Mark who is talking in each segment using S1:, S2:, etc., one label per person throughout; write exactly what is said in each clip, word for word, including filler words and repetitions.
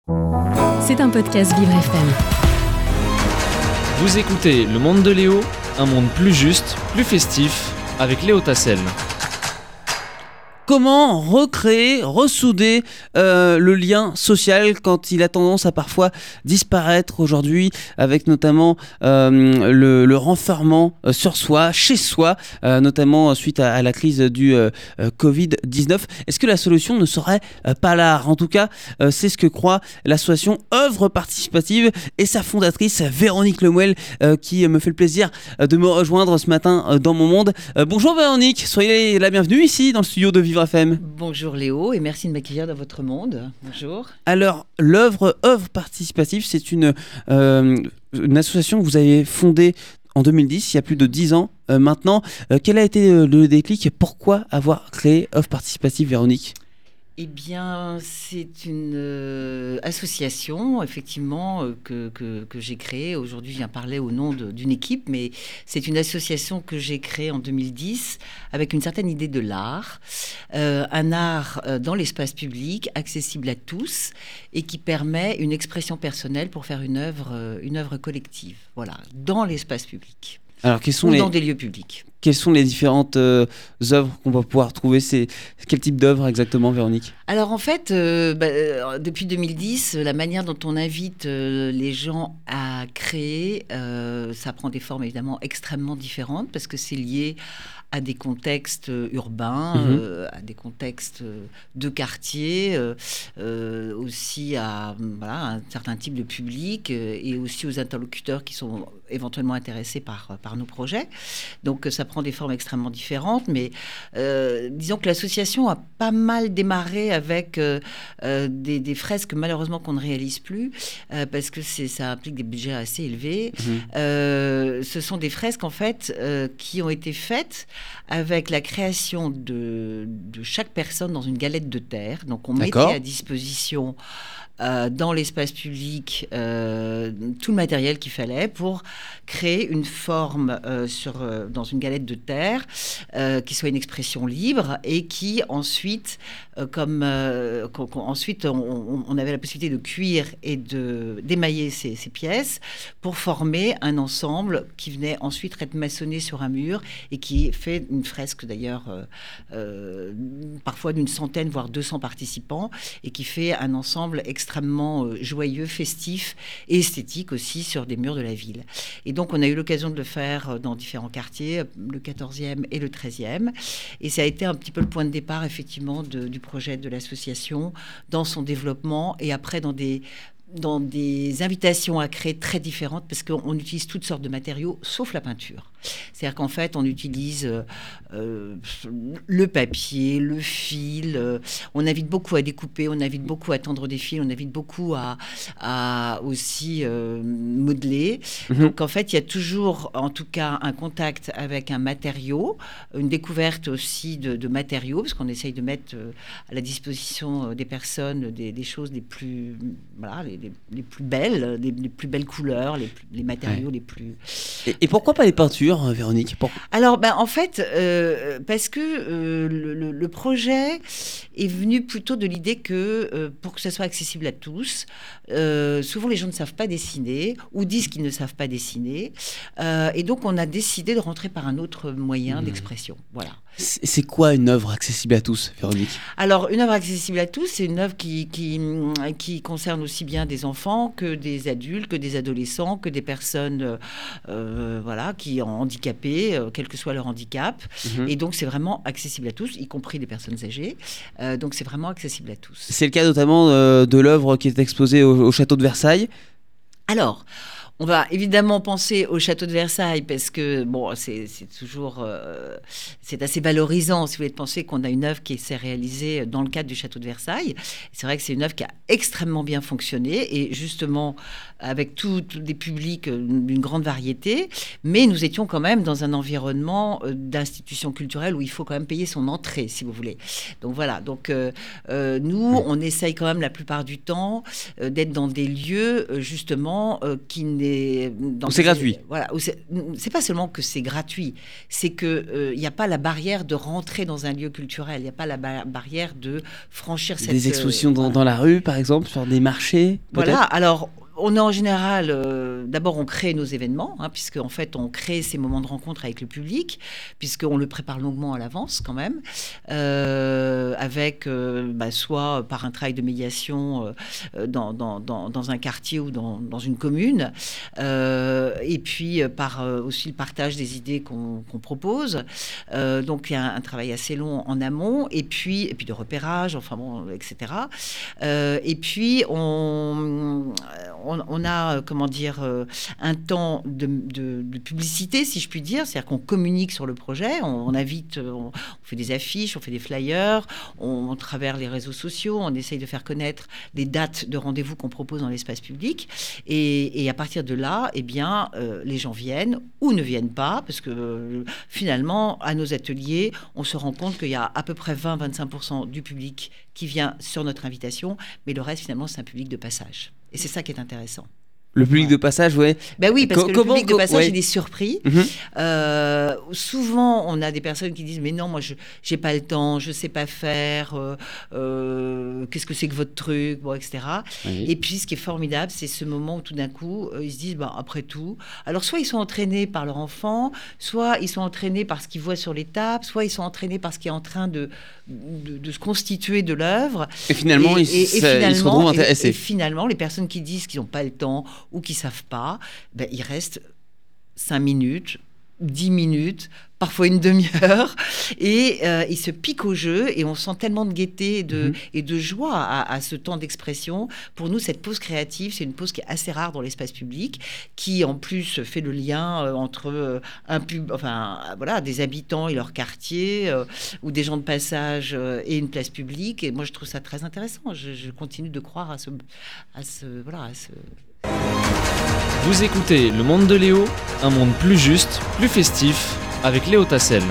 S1: C'est un podcast Vivre F M.
S2: Vous écoutez Le Monde de Léo, un monde plus juste, plus festif, avec Léo Tassel.
S3: Comment recréer, ressouder euh, le lien social quand il a tendance à parfois disparaître aujourd'hui, avec notamment euh, le, le renfermement euh, sur soi, chez soi, euh, notamment suite à, à la crise du euh, covid dix-neuf. Est-ce que la solution ne serait euh, pas là ? En tout cas, euh, c'est ce que croit l'association Œuvre Participative et sa fondatrice Véronique Lemuel, euh, qui me fait le plaisir euh, de me rejoindre ce matin euh, dans mon monde. Euh, bonjour Véronique, soyez la bienvenue ici dans le studio de Vivre F M.
S4: Bonjour Léo et merci de m'accueillir dans votre monde. Bonjour.
S3: Alors, l'œuvre Œuvre Participative, c'est une, euh, une association que vous avez fondée en deux mille dix, il y a plus de dix ans euh, maintenant. Euh, quel a été le déclic et pourquoi avoir créé Œuvre Participative, Véronique ?
S4: Eh bien, c'est une euh, association, effectivement, euh, que, que, que j'ai créée. Aujourd'hui, je viens parler au nom de, d'une équipe, mais c'est une association que j'ai créée en deux mille dix avec une certaine idée de l'art. Euh, un art euh, dans l'espace public, accessible à tous et qui permet une expression personnelle pour faire une œuvre, euh, une œuvre collective, voilà, dans l'espace public.
S3: Alors, quels sont
S4: ou
S3: les...
S4: dans des lieux publics.
S3: Quelles sont les différentes euh, œuvres qu'on va pouvoir trouver ? C'est quel type d'œuvre exactement, Véronique ?
S4: Alors en fait, euh, bah, euh, depuis deux mille dix, la manière dont on invite euh, les gens à créer, euh, ça prend des formes évidemment extrêmement différentes parce que c'est lié à des contextes urbains, mmh. euh, à des contextes de quartier, euh, euh, aussi à, voilà, un certain type de public euh, et aussi aux interlocuteurs qui sont éventuellement intéressés par, par nos projets. Donc ça prend des formes extrêmement différentes, mais euh, disons que l'association a pas mal démarré avec euh, euh, des, des fresques malheureusement qu'on ne réalise plus euh, parce que c'est, ça implique des budgets assez élevés. Mmh. Euh, ce sont des fresques en fait euh, qui ont été faites avec la création de, de chaque personne dans une galette de terre. Donc on D'accord. mettait à disposition Euh, dans l'espace public euh, tout le matériel qu'il fallait pour créer une forme euh, sur, euh, dans une galette de terre euh, qui soit une expression libre et qui ensuite, euh, comme euh, qu'on, qu'on, ensuite on, on avait la possibilité de cuire et de, d'émailler ces, ces pièces pour former un ensemble qui venait ensuite être maçonné sur un mur et qui fait une fresque d'ailleurs euh, euh, parfois d'une centaine voire deux cents participants et qui fait un ensemble extrêmement extrêmement joyeux, festif et esthétique aussi sur des murs de la ville. Et donc, on a eu l'occasion de le faire dans différents quartiers, le quatorzième et le treizième. Et ça a été un petit peu le point de départ, effectivement, de, du projet de l'association dans son développement et après dans des... dans des invitations à créer très différentes parce qu'on utilise toutes sortes de matériaux sauf la peinture. C'est-à-dire qu'en fait, on utilise euh, le papier, le fil, euh, on invite beaucoup à découper, on invite beaucoup à tendre des fils, on invite beaucoup à, à aussi euh, modeler. Mmh. Donc en fait, il y a toujours, en tout cas, un contact avec un matériau, une découverte aussi de, de matériaux, parce qu'on essaye de mettre euh, à la disposition des personnes des, des choses les plus... Voilà, les, Les, les plus belles, les, les plus belles couleurs, les, plus, les matériaux ouais. les plus...
S3: Et, et pourquoi pas les peintures, Véronique ? Pour...
S4: Alors, ben, en fait, euh, parce que euh, le, le projet est venu plutôt de l'idée que, euh, pour que ça soit accessible à tous, euh, souvent les gens ne savent pas dessiner ou disent qu'ils ne savent pas dessiner. Euh, et donc, on a décidé de rentrer par un autre moyen mmh. d'expression. Voilà.
S3: C'est, c'est quoi une œuvre accessible à tous, Véronique ?
S4: Alors, une œuvre accessible à tous, c'est une œuvre qui, qui, qui concerne aussi bien des enfants que des adultes, que des adolescents, que des personnes euh, voilà, qui sont handicapées, euh, quel que soit leur handicap. Mmh. Et donc, c'est vraiment accessible à tous, y compris des personnes âgées. Euh, donc, c'est vraiment accessible à tous.
S3: C'est le cas notamment euh, de l'œuvre qui est exposée au, au château de Versailles.
S4: Alors... On va évidemment penser au château de Versailles parce que bon, c'est, c'est toujours euh, c'est assez valorisant si vous voulez de penser qu'on a une œuvre qui s'est réalisée dans le cadre du château de Versailles. C'est vrai que c'est une œuvre qui a extrêmement bien fonctionné et justement avec tous des publics d'une grande variété, mais nous étions quand même dans un environnement d'institution culturelle où il faut quand même payer son entrée si vous voulez. Donc voilà, donc euh, euh, nous on essaye quand même la plupart du temps euh, d'être dans des lieux euh, justement euh, qui n'est des... dans
S3: Ou c'est
S4: des-
S3: gratuit.
S4: Voilà, où c'est, c'est pas seulement que c'est gratuit, c'est qu'il n'y a pas la barrière de rentrer dans un lieu culturel, il n'y a pas la ba- barrière de franchir cette...
S3: Des expositions
S4: euh,
S3: dans,
S4: voilà.
S3: dans la rue, par exemple, sur des marchés,
S4: Voilà,
S3: peut-être.
S4: alors on est en général, euh, d'abord on crée nos événements, hein, puisque en fait on crée ces moments de rencontre avec le public, puisqu'on le prépare longuement à l'avance quand même, euh, avec euh, bah, soit par un travail de médiation euh, dans, dans, dans, dans un quartier ou dans, dans une commune, euh, et puis euh, par euh, aussi le partage des idées qu'on, qu'on propose. Euh, donc il y a un, un travail assez long en amont, et puis, et puis de repérage, enfin bon, et cetera. Euh, et puis on, on, on a, euh, comment dire, euh, un temps de, de, de publicité, si je puis dire, c'est-à-dire qu'on communique sur le projet, on, on invite, on, on fait des affiches, on fait des flyers, on, on travers les réseaux sociaux, on essaye de faire connaître les dates de rendez-vous qu'on propose dans l'espace public, et, et à partir de là, eh bien, euh, les gens viennent ou ne viennent pas, parce que euh, finalement, à nos ateliers, on se rend compte qu'il y a à peu près vingt à vingt-cinq pour cent du public qui vient sur notre invitation, mais le reste, finalement, c'est un public de passage. Et c'est ça qui est intéressant.
S3: Le public
S4: Ouais.
S3: de passage, ouais.
S4: Ben oui, parce
S3: Co-
S4: que
S3: comment-
S4: le public de
S3: co-
S4: passage,
S3: ouais.
S4: il est surpris.
S3: Mhm.
S4: Euh, souvent, on a des personnes qui disent « Mais non, moi, je n'ai pas le temps, je ne sais pas faire, euh, euh, qu'est-ce que c'est que votre truc ?» bon, et cetera.
S3: Oui.
S4: Et puis, ce qui est formidable, c'est ce moment où tout d'un coup, euh, ils se disent bah, « Après tout… » Alors, soit ils sont entraînés par leur enfant, soit ils sont entraînés par ce qu'ils voient sur les tables, soit ils sont entraînés par ce qui est en train de, de, de se constituer de l'œuvre.
S3: Et finalement,
S4: Et-
S3: ils,
S4: et- et
S3: ça- ils se
S4: finalement-
S3: retrouvent
S4: et-
S3: intéressés.
S4: Et, finalement, les personnes qui disent qu'ils n'ont pas le temps ou qu'ils ne savent pas, ben, ils restent cinq minutes, dix minutes, parfois une demi-heure, et euh, ils se piquent au jeu, et on sent tellement de gaieté et de,
S3: Mhm.
S4: et de joie à, à ce temps d'expression. Pour nous, cette pause créative, c'est une pause qui est assez rare dans l'espace public, qui en plus fait le lien euh, entre euh, un pub, enfin, euh, voilà, des habitants et leur quartier, euh, ou des gens de passage euh, et une place publique. Et moi, je trouve ça très intéressant. Je, je continue de croire à ce, à ce, voilà, à ce,
S2: Vous écoutez Le Monde de Léo, un monde plus juste, plus festif, avec Léo Tassel.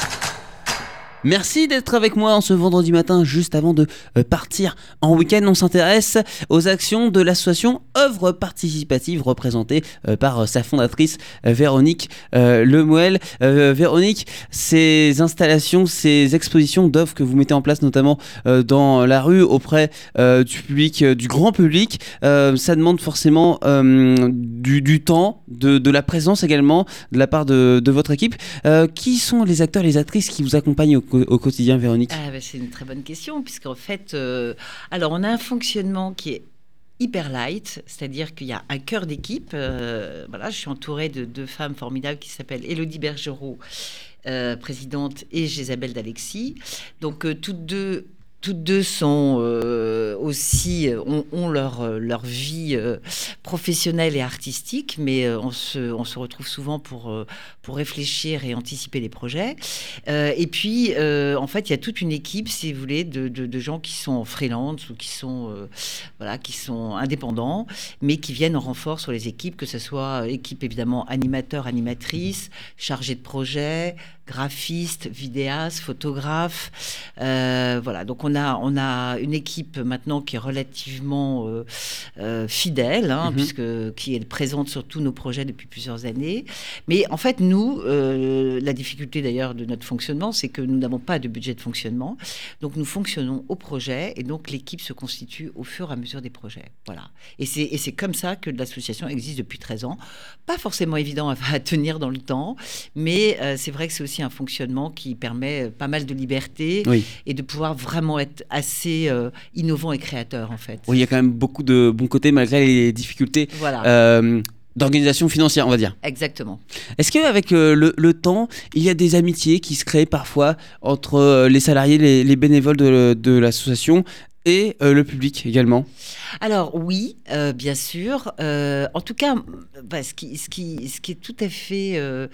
S3: Merci d'être avec moi en ce vendredi matin, juste avant de euh, partir en week-end. On s'intéresse aux actions de l'association Œuvres Participatives, représentée euh, par euh, sa fondatrice euh, Véronique euh, Lemoel. Euh, Véronique, ces installations, ces expositions d'œuvres que vous mettez en place, notamment euh, dans la rue, auprès euh, du public, euh, du grand public, euh, ça demande forcément euh, du, du temps, de, de la présence également de la part de, de votre équipe. Euh, qui sont les acteurs et les actrices qui vous accompagnent au au quotidien, Véronique?
S4: Ah, bah, c'est une très bonne question, puisqu'en fait, euh, alors on a un fonctionnement qui est hyper light, c'est-à-dire qu'il y a un cœur d'équipe. Euh, voilà, je suis entourée de deux femmes formidables qui s'appellent Élodie Bergerot, euh, présidente, et Jésabelle d'Alexis. Donc, euh, toutes deux... Toutes deux sont euh, aussi ont, ont leur leur vie euh, professionnelle et artistique, mais euh, on se on se retrouve souvent pour euh, pour réfléchir et anticiper les projets. Euh, et puis euh, en fait, il y a toute une équipe, si vous voulez, de de, de gens qui sont en freelance ou qui sont euh, voilà qui sont indépendants, mais qui viennent en renfort sur les équipes, que ce soit équipe évidemment animateur, animatrice, chargé de projet, graphiste, vidéaste, photographe. Euh, voilà, donc on a, on a une équipe maintenant qui est relativement euh, euh, fidèle, hein,
S3: Mhm.
S4: puisque, qui est présente sur tous nos projets depuis plusieurs années. Mais en fait, nous, euh, la difficulté d'ailleurs de notre fonctionnement, c'est que nous n'avons pas de budget de fonctionnement. Donc nous fonctionnons au projet, et donc l'équipe se constitue au fur et à mesure des projets. Voilà. Et c'est, et c'est comme ça que l'association existe depuis treize ans. Pas forcément évident à, à tenir dans le temps, mais euh, c'est vrai que c'est aussi un fonctionnement qui permet pas mal de liberté,
S3: Oui.
S4: et de pouvoir vraiment être assez euh, innovant et créateur, en fait.
S3: Oui, il y a quand même beaucoup de bons côtés malgré les difficultés
S4: Voilà,
S3: euh, d'organisation financière, on va dire.
S4: exactement.
S3: Est-ce qu'avec euh, le, le temps, il y a des amitiés qui se créent parfois entre euh, les salariés, les, les bénévoles de, de l'association et euh, le public également?
S4: Alors oui, euh, bien sûr. Euh, en tout cas, bah, ce, qui, ce, qui, ce qui est tout à fait... Euh,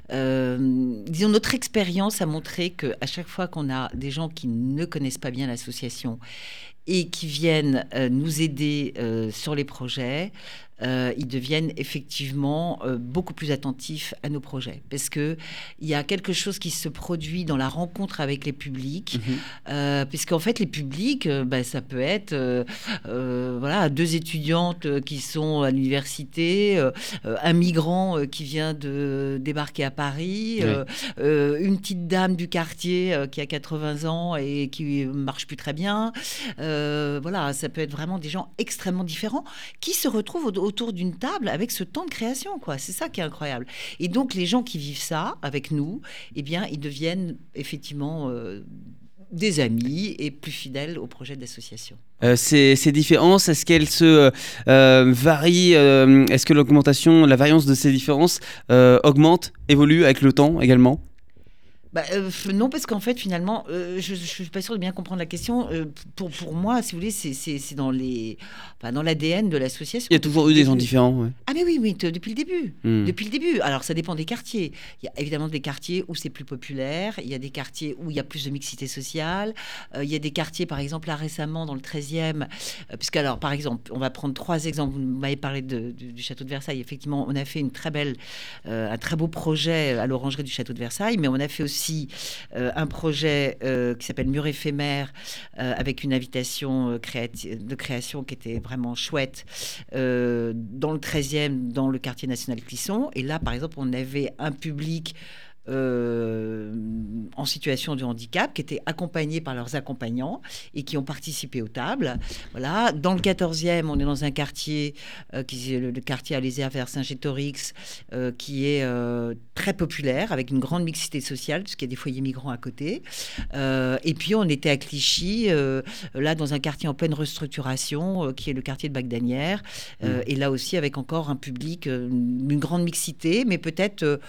S4: euh, disons, notre expérience a montré qu'à chaque fois qu'on a des gens qui ne connaissent pas bien l'association et qui viennent euh, nous aider euh, sur les projets, euh, ils deviennent effectivement euh, beaucoup plus attentifs à nos projets. Parce qu'il y a quelque chose qui se produit dans la rencontre avec les publics, mmh. euh, puisqu'en fait, les publics, euh, bah, ça peut être euh, euh, voilà, deux étudiantes qui sont à l'université, euh, un migrant euh, qui vient de débarquer à Paris, ouais. euh, euh, une petite dame du quartier euh, qui a quatre-vingts ans et qui ne marche plus très bien. Euh, voilà, ça peut être vraiment des gens extrêmement différents qui se retrouvent au- autour d'une table avec ce temps de création, quoi. C'est ça qui est incroyable. Et donc, les gens qui vivent ça avec nous, eh bien, ils deviennent effectivement euh, des amis et plus fidèles au projet d'association.
S3: Euh, ces, ces différences, est-ce qu'elles se euh, varient euh, Est-ce que l'augmentation, la variance de ces différences euh, augmente, évolue avec le temps également ?
S4: Bah, euh, non, parce qu'en fait, finalement, euh, je ne suis pas sûre de bien comprendre la question. Euh, pour, pour moi, si vous voulez, c'est, c'est, c'est dans, les, enfin, dans l'A D N de l'association.
S3: Il y a toujours eu des gens différents. Ouais.
S4: Ah mais oui, oui, t- depuis le début.
S3: Mmh.
S4: Depuis le début. Alors, ça dépend des quartiers. Il y a évidemment des quartiers où c'est plus populaire. Il y a des quartiers où il y a plus de mixité sociale. Euh, il y a des quartiers, par exemple, là récemment, dans le treizième. Euh, puisque, alors, par exemple, on va prendre trois exemples. Vous m'avez parlé de, de, du château de Versailles. Effectivement, on a fait une très belle, euh, un très beau projet à l'orangerie du château de Versailles. Mais on a fait aussi... Euh, un projet euh, qui s'appelle Mur éphémère euh, avec une invitation euh, créati- de création qui était vraiment chouette euh, dans le treizième, dans le quartier national Clisson. Et là, par exemple, on avait un public Euh, en situation de handicap, qui étaient accompagnés par leurs accompagnants et qui ont participé aux tables. Voilà. Dans le quatorzième, on est dans un quartier, euh, qui est le, le quartier Alésia vers Saint-Gétorix, euh, qui est euh, très populaire, avec une grande mixité sociale, puisqu'il y a des foyers migrants à côté. Euh, et puis, on était à Clichy, euh, là, dans un quartier en pleine restructuration, euh, qui est le quartier de Bac-d'Anières. Euh, mmh. Et là aussi, avec encore un public, euh, une grande mixité, mais peut-être... Euh,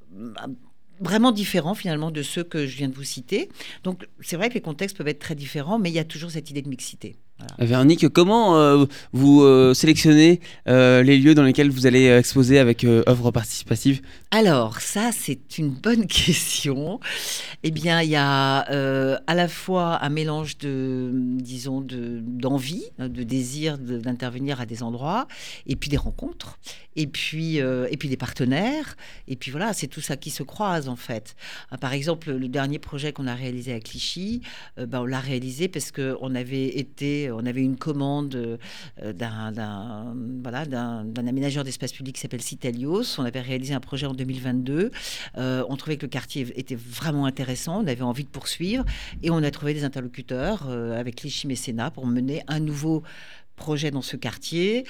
S4: vraiment différents finalement de ceux que je viens de vous citer. Donc c'est vrai que les contextes peuvent être très différents, mais il y a toujours cette idée de mixité. Voilà.
S3: Véronique, comment euh, vous euh, sélectionnez euh, les lieux dans lesquels vous allez exposer avec euh, œuvres participatives ?
S4: Alors, ça, c'est une bonne question. Eh bien, il y a euh, à la fois un mélange de, disons, de, d'envie, de désir de, d'intervenir à des endroits, et puis des rencontres, et puis, euh, et puis des partenaires, et puis voilà, c'est tout ça qui se croise, en fait. Ah, par exemple, le dernier projet qu'on a réalisé à Clichy, euh, ben, on l'a réalisé parce qu'on avait été... On avait une commande euh, d'un, d'un, voilà, d'un, d'un aménageur d'espace public qui s'appelle Citelios. On avait réalisé un projet en deux mille vingt-deux. Euh, on trouvait que le quartier était vraiment intéressant. On avait envie de poursuivre. Et on a trouvé des interlocuteurs euh, avec Clichy Mécénat pour mener un nouveau projet dans ce quartier.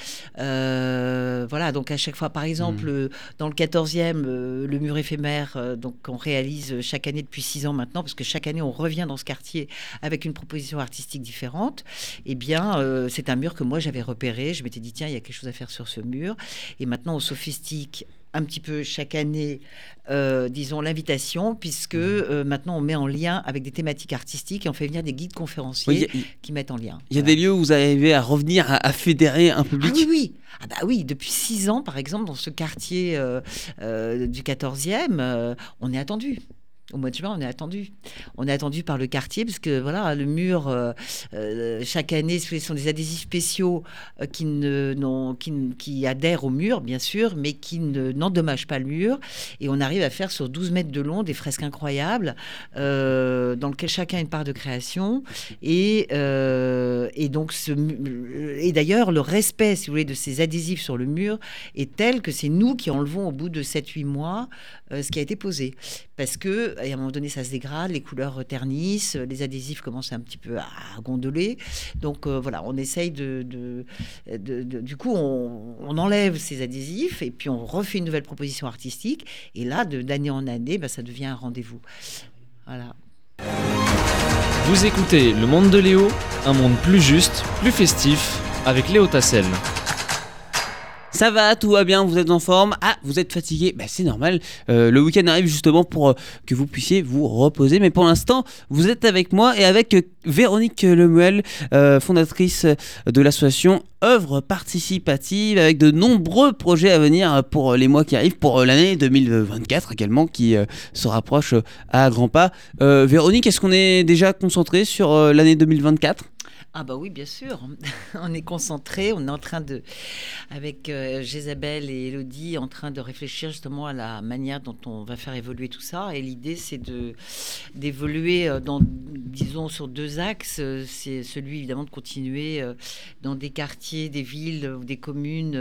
S4: Euh, voilà, donc à chaque fois, par exemple, mmh. dans le quatorzième, euh, le mur éphémère, euh, donc on réalise chaque année depuis six ans maintenant, parce que chaque année, on revient dans ce quartier avec une proposition artistique différente. Eh bien, euh, c'est un mur que moi, j'avais repéré. Je m'étais dit, tiens, il y a quelque chose à faire sur ce mur. Et maintenant, on sophistique un petit peu chaque année, euh, disons, l'invitation, puisque euh, maintenant, on met en lien avec des thématiques artistiques et on fait venir des guides conférenciers oui, a, qui mettent en lien.
S3: Il y a voilà. des lieux où vous arrivez à revenir, à, à fédérer un public.
S4: Ah oui, oui. Ah bah oui, depuis six ans, par exemple, dans ce quartier euh, euh, du quatorzième, euh, on est attendu. Au mois de juin, on est attendu. On est attendu par le quartier parce que voilà, le mur, euh, euh, chaque année, ce sont des adhésifs spéciaux euh, qui, ne, non, qui, qui adhèrent au mur, bien sûr, mais qui ne, n'endommagent pas le mur. Et on arrive à faire sur douze mètres de long des fresques incroyables euh, dans lesquelles chacun a une part de création. Et, euh, et, donc ce, et d'ailleurs, le respect, si vous voulez, de ces adhésifs sur le mur est tel que c'est nous qui enlevons au bout de sept huit mois euh, ce qui a été posé. Parce que et à un moment donné, ça se dégrade, les couleurs ternissent, les adhésifs commencent un petit peu à gondoler. Donc euh, voilà, on essaye de... de, de, de du coup, on, on enlève ces adhésifs et puis on refait une nouvelle proposition artistique. Et là, de, d'année en année, bah, ça devient un rendez-vous. Voilà.
S2: Vous écoutez Le Monde de Léo, un monde plus juste, plus festif, avec Léo Tassel.
S3: Ça va, tout va bien, vous êtes en forme. Ah, vous êtes fatigué, bah, c'est normal. Euh, le week-end arrive justement pour euh, que vous puissiez vous reposer. Mais pour l'instant, vous êtes avec moi et avec euh, Véronique Lemuel, euh, fondatrice de l'association Œuvres Participatives, avec de nombreux projets à venir pour les mois qui arrivent, pour l'année deux mille vingt-quatre également, qui euh, se rapproche à grands pas. Euh, Véronique, est-ce qu'on est déjà concentré sur euh, l'année deux mille vingt-quatre ?
S4: Ah bah oui, bien sûr. On est concentré, on est en train de, avec euh, Jésabelle et Élodie, en train de réfléchir justement à la manière dont on va faire évoluer tout ça. Et l'idée, c'est de d'évoluer dans, disons, sur deux axes. C'est celui évidemment de continuer euh, dans des quartiers, des villes ou des communes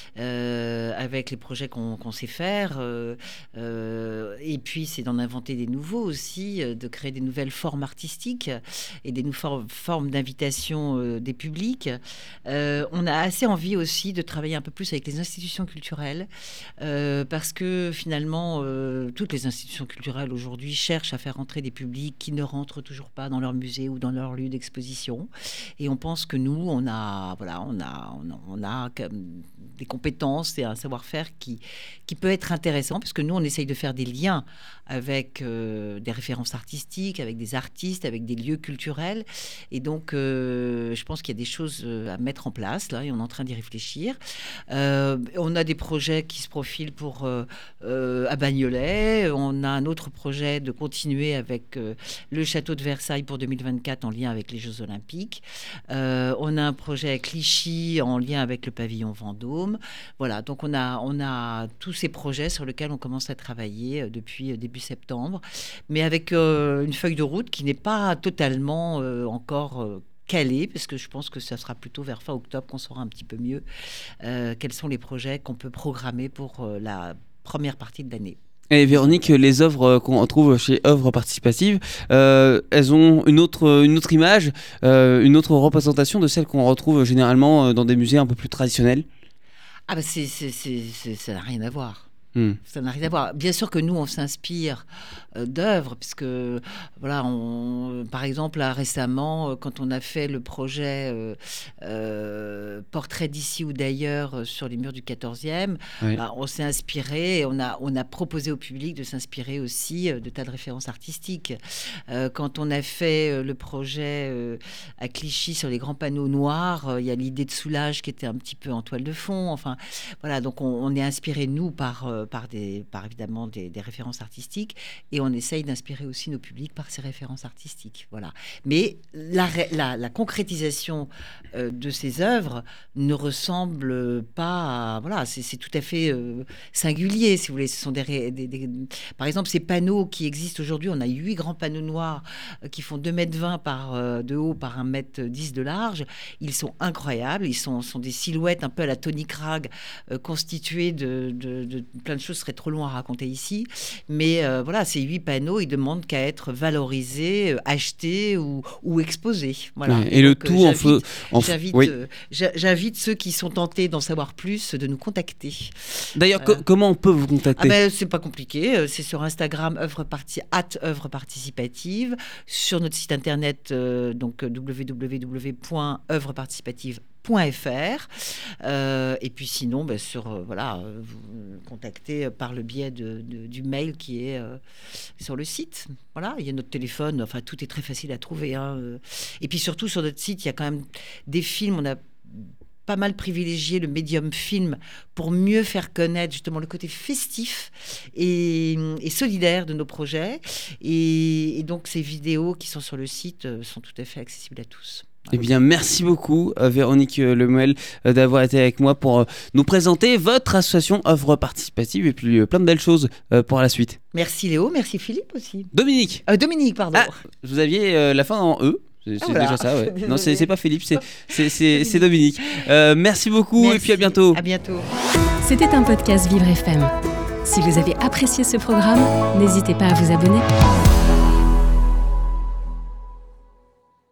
S4: euh, avec les projets qu'on qu'on sait faire. Euh, euh, et puis, c'est d'en inventer des nouveaux aussi, de créer des nouvelles formes artistiques et des nouvelles formes d'invitation des publics. Euh, on a assez envie aussi de travailler un peu plus avec les institutions culturelles euh, parce que finalement, euh, toutes les institutions culturelles aujourd'hui cherchent à faire entrer des publics qui ne rentrent toujours pas dans leur musée ou dans leur lieu d'exposition. Et on pense que nous, on a, voilà, on a, on a, on a des compétences et un savoir-faire qui, qui peut être intéressant parce que nous, on essaye de faire des liens avec euh, des références artistiques, avec des artistes, avec des lieux culturels. Et donc, euh, je pense qu'il y a des choses à mettre en place, là, et on est en train d'y réfléchir. Euh, on a des projets qui se profilent pour, euh, euh, à Bagnolet. On a un autre projet de continuer avec euh, le château de Versailles pour deux mille vingt-quatre en lien avec les Jeux Olympiques. Euh, on a un projet à Clichy en lien avec le pavillon Vendôme. Voilà, donc on a, on a tous ces projets sur lesquels on commence à travailler euh, depuis euh, début septembre, mais avec euh, une feuille de route qui n'est pas totalement euh, encore euh, calée, parce que je pense que ça sera plutôt vers fin octobre qu'on saura un petit peu mieux euh, quels sont les projets qu'on peut programmer pour euh, la première partie de l'année.
S3: Et Véronique, les œuvres qu'on retrouve chez Œuvres Participatives, euh, elles ont une autre, une autre image, euh, une autre représentation de celles qu'on retrouve généralement dans des musées un peu plus traditionnels?
S4: Ah bah c'est, c'est, c'est, c'est, ça n'a rien à voir.
S3: Hmm.
S4: Ça n'a rien à voir. Bien sûr que nous, on s'inspire euh, d'œuvres, puisque, voilà, on, par exemple, là, récemment, euh, quand on a fait le projet euh, euh, Portrait d'ici ou d'ailleurs euh, sur les murs du quatorzième, oui. bah, on s'est inspiré et on a, on a proposé au public de s'inspirer aussi euh, de tas de références artistiques. Euh, quand on a fait euh, le projet euh, à Clichy sur les grands panneaux noirs, il euh, y a l'idée de Soulage qui était un petit peu en toile de fond. Enfin, voilà, donc on, on est inspiré, nous, par... Euh, Par, des, par évidemment des, des références artistiques, et on essaye d'inspirer aussi nos publics par ces références artistiques. Voilà. Mais la, la, la concrétisation euh, de ces œuvres ne ressemble pas à... Voilà, c'est, c'est tout à fait euh, singulier, si vous voulez. Ce sont des, des, des, par exemple, ces panneaux qui existent aujourd'hui, on a huit grands panneaux noirs euh, qui font deux mètres vingt par, euh, de haut par un mètre dix de large. Ils sont incroyables. Ils sont, sont des silhouettes un peu à la Tony Cragg, euh, constituées de, de, de plein de choses, serait trop long à raconter ici, mais euh, voilà, ces huit panneaux, ils demandent qu'à être valorisés, euh, achetés ou, ou exposés. Voilà.
S3: Ouais, et, et donc, le tout euh, en feu. En f...
S4: J'invite,
S3: oui.
S4: euh, j'invite ceux qui sont tentés d'en savoir plus de nous contacter.
S3: D'ailleurs, euh, co- comment on peut vous contacter?
S4: Ah ben, c'est pas compliqué, c'est sur Instagram, œuvre parti, at œuvre participative, sur notre site internet, euh, donc w w w point œuvre participative point f r, euh, et puis sinon ben, sur euh, voilà, vous contactez par le biais de, de, du mail qui est euh, sur le site. Voilà, il y a notre téléphone, enfin tout est très facile à trouver, hein. Et puis surtout sur notre site il y a quand même des films, on a pas mal privilégié le médium film pour mieux faire connaître justement le côté festif et, et solidaire de nos projets, et, et donc ces vidéos qui sont sur le site euh, sont tout à fait accessibles à tous.
S3: Eh bien, merci beaucoup, euh, Véronique euh, Lemuel, euh, d'avoir été avec moi pour euh, nous présenter votre association Œuvres Participatives et puis euh, plein de belles choses euh, pour la suite.
S4: Merci Léo, merci Philippe aussi.
S3: Dominique
S4: euh, Dominique, pardon.
S3: Ah, vous aviez euh, la fin en E. C'est,
S4: ah,
S3: c'est
S4: voilà.
S3: déjà ça, ouais. Non, c'est, c'est pas Philippe, c'est, c'est, c'est, c'est Dominique. Euh, merci beaucoup merci. Et puis à bientôt.
S4: À bientôt.
S1: C'était un podcast Vivre F M. Si vous avez apprécié ce programme, n'hésitez pas à vous abonner.